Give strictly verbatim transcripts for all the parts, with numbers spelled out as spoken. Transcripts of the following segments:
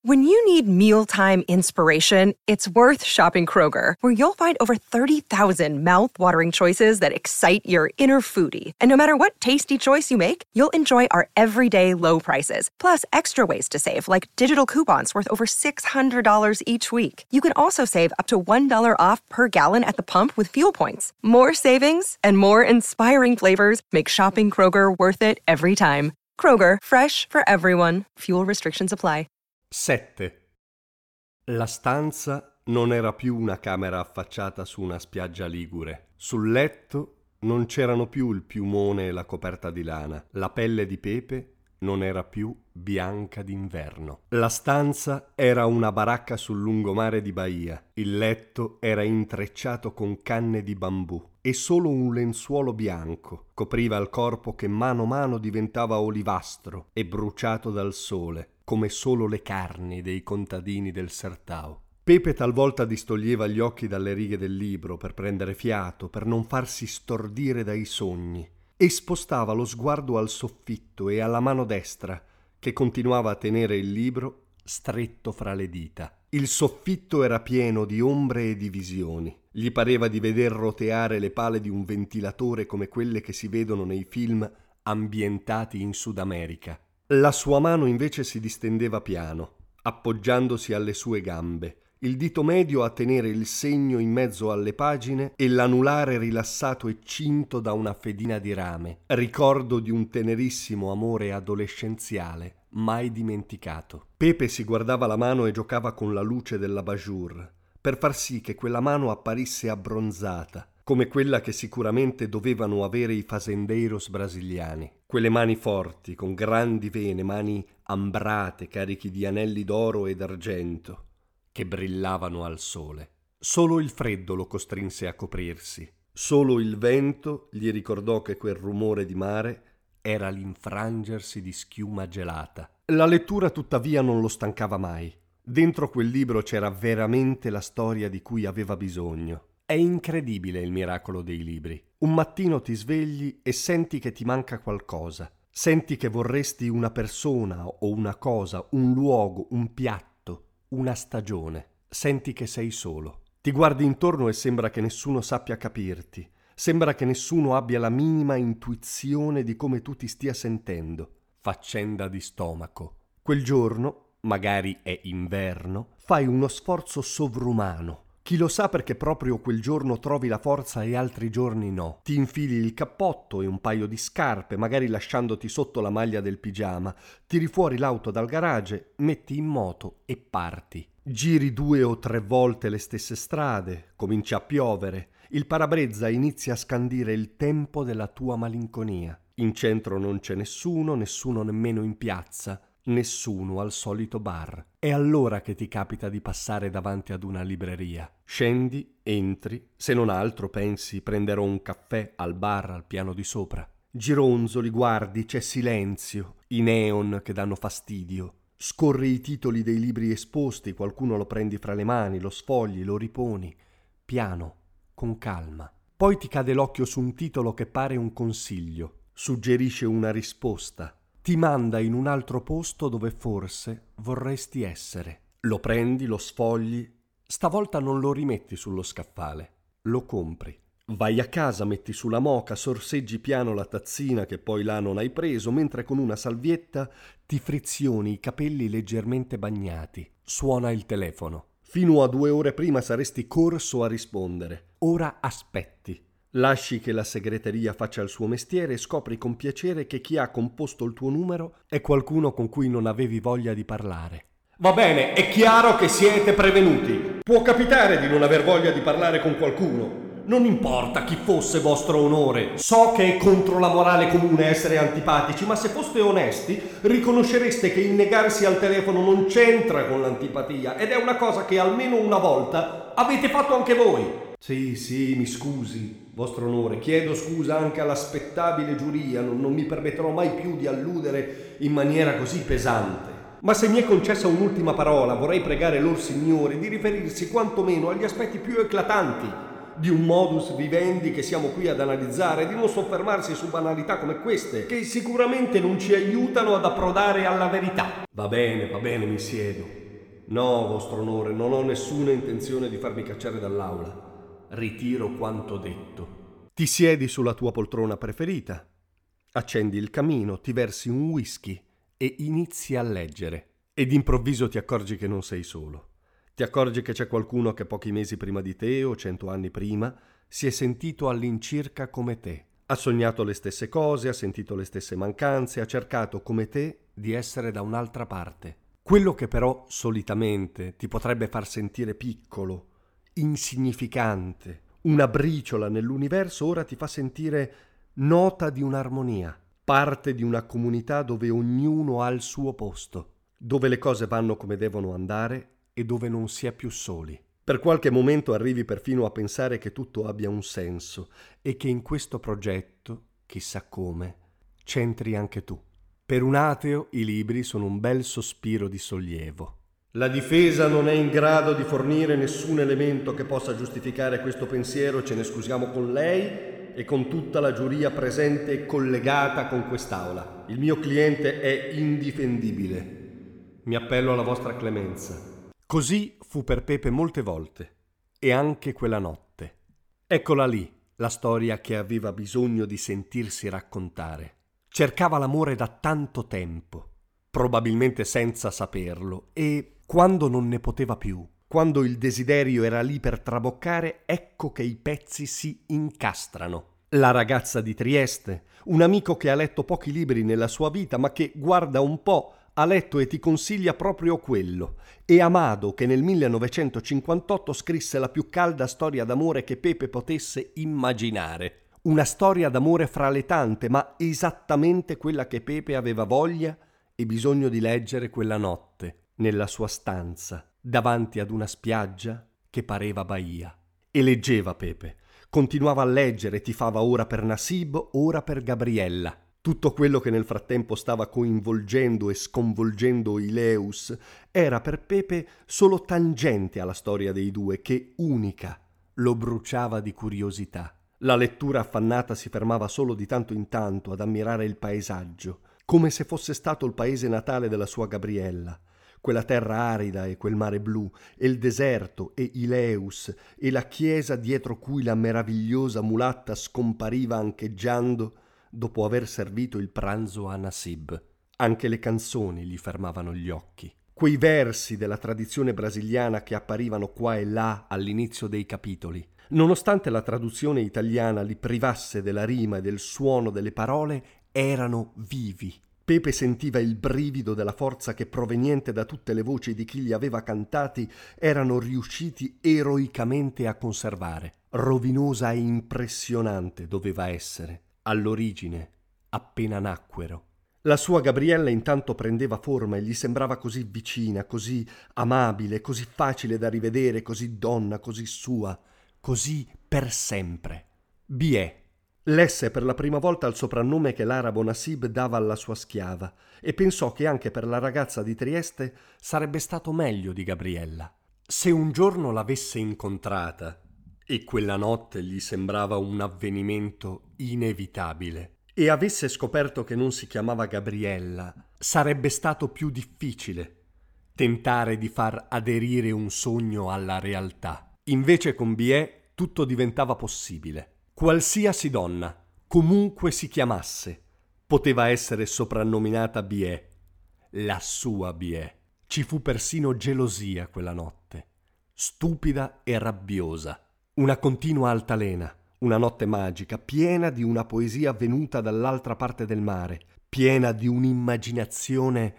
When you need mealtime inspiration, it's worth shopping Kroger, where you'll find over thirty thousand mouth-watering choices that excite your inner foodie. And no matter what tasty choice you make, you'll enjoy our everyday low prices, plus extra ways to save, like digital coupons worth over six hundred dollars each week. You can also save up to one dollar off per gallon at the pump with fuel points. More savings and more inspiring flavors make shopping Kroger worth it every time. Kroger, fresh for everyone. Fuel restrictions apply. sette. La stanza non era più una camera affacciata su una spiaggia ligure. Sul letto non c'erano più il piumone e la coperta di lana. La pelle di Pepe non era più bianca d'inverno. La stanza era una baracca sul lungomare di Bahia. Il letto era intrecciato con canne di bambù e solo un lenzuolo bianco copriva il corpo che mano a mano diventava olivastro e bruciato dal sole, come solo le carni dei contadini del Sertao. Pepe talvolta distoglieva gli occhi dalle righe del libro per prendere fiato, per non farsi stordire dai sogni, e spostava lo sguardo al soffitto e alla mano destra, che continuava a tenere il libro stretto fra le dita. Il soffitto era pieno di ombre e di visioni. Gli pareva di veder roteare le pale di un ventilatore come quelle che si vedono nei film ambientati in Sud America. La sua mano invece si distendeva piano, appoggiandosi alle sue gambe, il dito medio a tenere il segno in mezzo alle pagine e l'anulare rilassato e cinto da una fedina di rame, ricordo di un tenerissimo amore adolescenziale mai dimenticato. Pepe si guardava la mano e giocava con la luce dell'abajur per far sì che quella mano apparisse abbronzata, come quella che sicuramente dovevano avere i fazendeiros brasiliani. Quelle mani forti, con grandi vene, mani ambrate, carichi di anelli d'oro e d'argento, che brillavano al sole. Solo il freddo lo costrinse a coprirsi. Solo il vento gli ricordò che quel rumore di mare era l'infrangersi di schiuma gelata. La lettura tuttavia non lo stancava mai. Dentro quel libro c'era veramente la storia di cui aveva bisogno. È incredibile il miracolo dei libri. Un mattino ti svegli e senti che ti manca qualcosa. Senti che vorresti una persona o una cosa, un luogo, un piatto, una stagione. Senti che sei solo. Ti guardi intorno e sembra che nessuno sappia capirti. Sembra che nessuno abbia la minima intuizione di come tu ti stia sentendo. Faccenda di stomaco. Quel giorno, magari è inverno, fai uno sforzo sovrumano. Chi lo sa perché proprio quel giorno trovi la forza e altri giorni no. Ti infili il cappotto e un paio di scarpe, magari lasciandoti sotto la maglia del pigiama, tiri fuori l'auto dal garage, metti in moto e parti. Giri due o tre volte le stesse strade, comincia a piovere, il parabrezza inizia a scandire il tempo della tua malinconia. In centro non c'è nessuno, nessuno nemmeno in piazza, nessuno al solito bar. È allora che ti capita di passare davanti ad una libreria. Scendi, entri, se non altro pensi prenderò un caffè al bar al piano di sopra. Gironzoli, guardi, c'è silenzio, i neon che danno fastidio. Scorri i titoli dei libri esposti, qualcuno lo prendi fra le mani, lo sfogli, lo riponi, piano, con calma. Poi ti cade l'occhio su un titolo che pare un consiglio, suggerisce una risposta, ti manda in un altro posto dove forse vorresti essere. Lo prendi, lo sfogli, stavolta non lo rimetti sullo scaffale, lo compri. Vai a casa, metti sulla moka, sorseggi piano la tazzina che poi là non hai preso, mentre con una salvietta ti frizioni i capelli leggermente bagnati. Suona il telefono. Fino a due ore prima saresti corso a rispondere. Ora aspetti. Lasci che la segreteria faccia il suo mestiere e scopri con piacere che chi ha composto il tuo numero è qualcuno con cui non avevi voglia di parlare. Va bene, è chiaro che siete prevenuti. Può capitare di non aver voglia di parlare con qualcuno. Non importa chi fosse vostro onore. So che è contro la morale comune essere antipatici, ma se foste onesti riconoscereste che il negarsi al telefono non c'entra con l'antipatia ed è una cosa che almeno una volta avete fatto anche voi. Sì, sì, mi scusi, vostro onore, chiedo scusa anche all'aspettabile giuria, non, non mi permetterò mai più di alludere in maniera così pesante. Ma se mi è concessa un'ultima parola, vorrei pregare lor signore di riferirsi quantomeno agli aspetti più eclatanti di un modus vivendi che siamo qui ad analizzare, di non soffermarsi su banalità come queste, che sicuramente non ci aiutano ad approdare alla verità. Va bene, va bene, mi siedo. No, vostro onore, non ho nessuna intenzione di farmi cacciare dall'aula. Ritiro quanto detto. Ti siedi sulla tua poltrona preferita, accendi il camino, ti versi un whisky e inizi a leggere. Ed improvviso ti accorgi che non sei solo. Ti accorgi che c'è qualcuno che pochi mesi prima di te o cento anni prima si è sentito all'incirca come te. Ha sognato le stesse cose, ha sentito le stesse mancanze, ha cercato come te di essere da un'altra parte. Quello che però solitamente ti potrebbe far sentire piccolo, insignificante, una briciola nell'universo, ora ti fa sentire nota di un'armonia, parte di una comunità dove ognuno ha il suo posto, dove le cose vanno come devono andare e dove non si è più soli. Per qualche momento arrivi perfino a pensare che tutto abbia un senso e che in questo progetto, chissà come, c'entri anche tu. Per un ateo i libri sono un bel sospiro di sollievo. La difesa non è in grado di fornire nessun elemento che possa giustificare questo pensiero, ce ne scusiamo con lei e con tutta la giuria presente e collegata con quest'aula. Il mio cliente è indifendibile. Mi appello alla vostra clemenza. Così fu per Pepe molte volte, e anche quella notte. Eccola lì, la storia che aveva bisogno di sentirsi raccontare. Cercava l'amore da tanto tempo, probabilmente senza saperlo, e quando non ne poteva più, quando il desiderio era lì per traboccare, ecco che i pezzi si incastrano. La ragazza di Trieste, un amico che ha letto pochi libri nella sua vita, ma che, guarda un po', ha letto e ti consiglia proprio quello, e Amado che nel millenovecentocinquantotto scrisse la più calda storia d'amore che Pepe potesse immaginare. Una storia d'amore fra le tante, ma esattamente quella che Pepe aveva voglia e bisogno di leggere quella notte, nella sua stanza, davanti ad una spiaggia che pareva baia. E leggeva Pepe, continuava a leggere, tifava ora per Nasib, ora per Gabriella. Tutto quello che nel frattempo stava coinvolgendo e sconvolgendo Ileus era per Pepe solo tangente alla storia dei due, che unica lo bruciava di curiosità. La lettura affannata si fermava solo di tanto in tanto ad ammirare il paesaggio, come se fosse stato il paese natale della sua Gabriella, quella terra arida e quel mare blu, e il deserto e Ileus, e la chiesa dietro cui la meravigliosa mulatta scompariva ancheggiando dopo aver servito il pranzo a Nasib. Anche le canzoni gli fermavano gli occhi. Quei versi della tradizione brasiliana che apparivano qua e là all'inizio dei capitoli. Nonostante la traduzione italiana li privasse della rima e del suono delle parole, erano vivi. Pepe sentiva il brivido della forza che, proveniente da tutte le voci di chi li aveva cantati, erano riusciti eroicamente a conservare. Rovinosa e impressionante doveva essere, all'origine, appena nacquero. La sua Gabriella intanto prendeva forma e gli sembrava così vicina, così amabile, così facile da rivedere, così donna, così sua, così per sempre. Biè. Lesse per la prima volta il soprannome che l'arabo Nasib dava alla sua schiava e pensò che anche per la ragazza di Trieste sarebbe stato meglio di Gabriella. Se un giorno l'avesse incontrata, e quella notte gli sembrava un avvenimento inevitabile, e avesse scoperto che non si chiamava Gabriella, sarebbe stato più difficile tentare di far aderire un sogno alla realtà. Invece con Biè tutto diventava possibile. Qualsiasi donna, comunque si chiamasse, poteva essere soprannominata Biè, la sua Biè. Ci fu persino gelosia quella notte, stupida e rabbiosa. Una continua altalena, una notte magica, piena di una poesia venuta dall'altra parte del mare, piena di un'immaginazione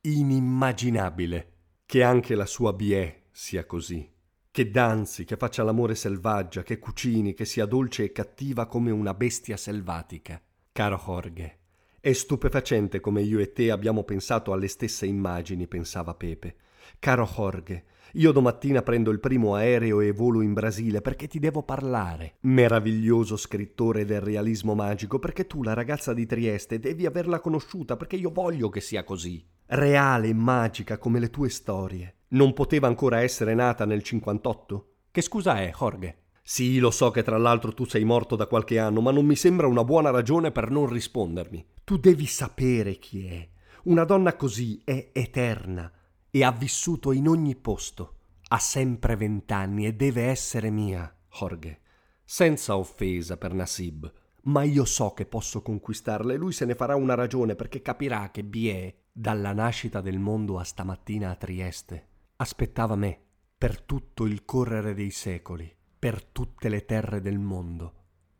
inimmaginabile. Che anche la sua Biè sia così. Che danzi, che faccia l'amore selvaggia, che cucini, che sia dolce e cattiva come una bestia selvatica. Caro Jorge, è stupefacente come io e te abbiamo pensato alle stesse immagini, pensava Pepe. Caro Jorge, io domattina prendo il primo aereo e volo in Brasile perché ti devo parlare. Meraviglioso scrittore del realismo magico, perché tu, la ragazza di Trieste, devi averla conosciuta, perché io voglio che sia così. Reale e magica come le tue storie. Non poteva ancora essere nata nel cinquantotto? Che scusa è, Jorge? Sì, lo so che tra l'altro tu sei morto da qualche anno, ma non mi sembra una buona ragione per non rispondermi. Tu devi sapere chi è. Una donna così è eterna. e ha vissuto in ogni posto. Ha sempre vent'anni e deve essere mia, Jorge. Senza offesa per Nasib, ma io so che posso conquistarla e lui se ne farà una ragione perché capirà che Biè, dalla nascita del mondo a stamattina a Trieste, aspettava me per tutto il correre dei secoli, per tutte le terre del mondo.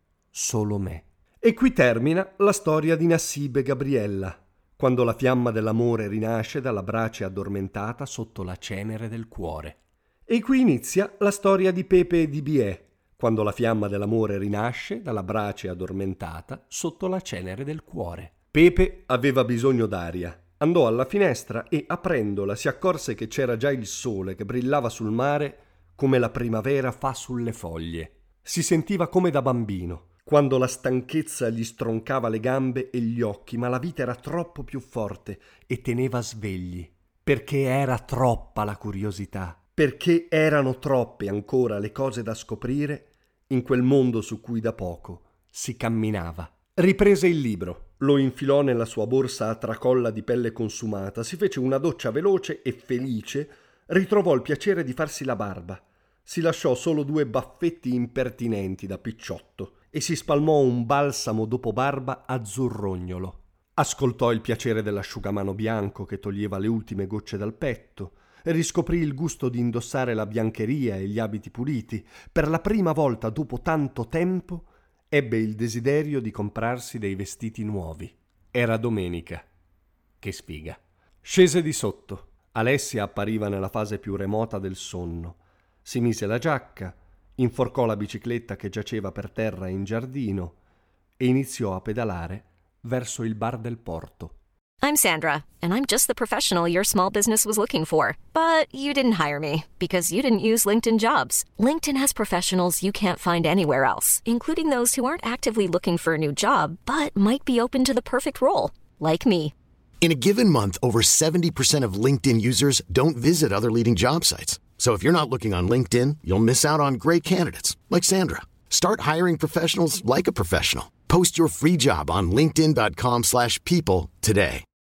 Solo me. E qui termina la storia di Nasib e Gabriella, quando la fiamma dell'amore rinasce dalla brace addormentata sotto la cenere del cuore. E qui inizia la storia di Pepe e di Biè, quando la fiamma dell'amore rinasce dalla brace addormentata sotto la cenere del cuore. Pepe aveva bisogno d'aria. Andò alla finestra e, aprendola, si accorse che c'era già il sole che brillava sul mare come la primavera fa sulle foglie. Si sentiva come da bambino, quando la stanchezza gli stroncava le gambe e gli occhi, ma la vita era troppo più forte e teneva svegli, perché era troppa la curiosità, perché erano troppe ancora le cose da scoprire in quel mondo su cui da poco si camminava. Riprese il libro, lo infilò nella sua borsa a tracolla di pelle consumata, si fece una doccia veloce e felice, ritrovò il piacere di farsi la barba, si lasciò solo due baffetti impertinenti da picciotto e si spalmò un balsamo dopo barba azzurrognolo. Ascoltò il piacere dell'asciugamano bianco che toglieva le ultime gocce dal petto, riscoprì il gusto di indossare la biancheria e gli abiti puliti. Per la prima volta dopo tanto tempo ebbe il desiderio di comprarsi dei vestiti nuovi. Era domenica. Che sfiga. Scese di sotto. Alessia appariva nella fase più remota del sonno. Si mise la giacca, inforcò la bicicletta che giaceva per terra in giardino e iniziò a pedalare verso il bar del porto. I'm Sandra, and I'm just the professional your small business was looking for. But you didn't hire me because you didn't use LinkedIn Jobs. LinkedIn has professionals you can't find anywhere else, including those who aren't actively looking for a new job, but might be open to the perfect role, like me. In a given month, over seventy percent of LinkedIn users don't visit other leading job sites. So if you're not looking on LinkedIn, you'll miss out on great candidates like Sandra. Start hiring professionals like a professional. Post your free job on linkedin dot com slash people today.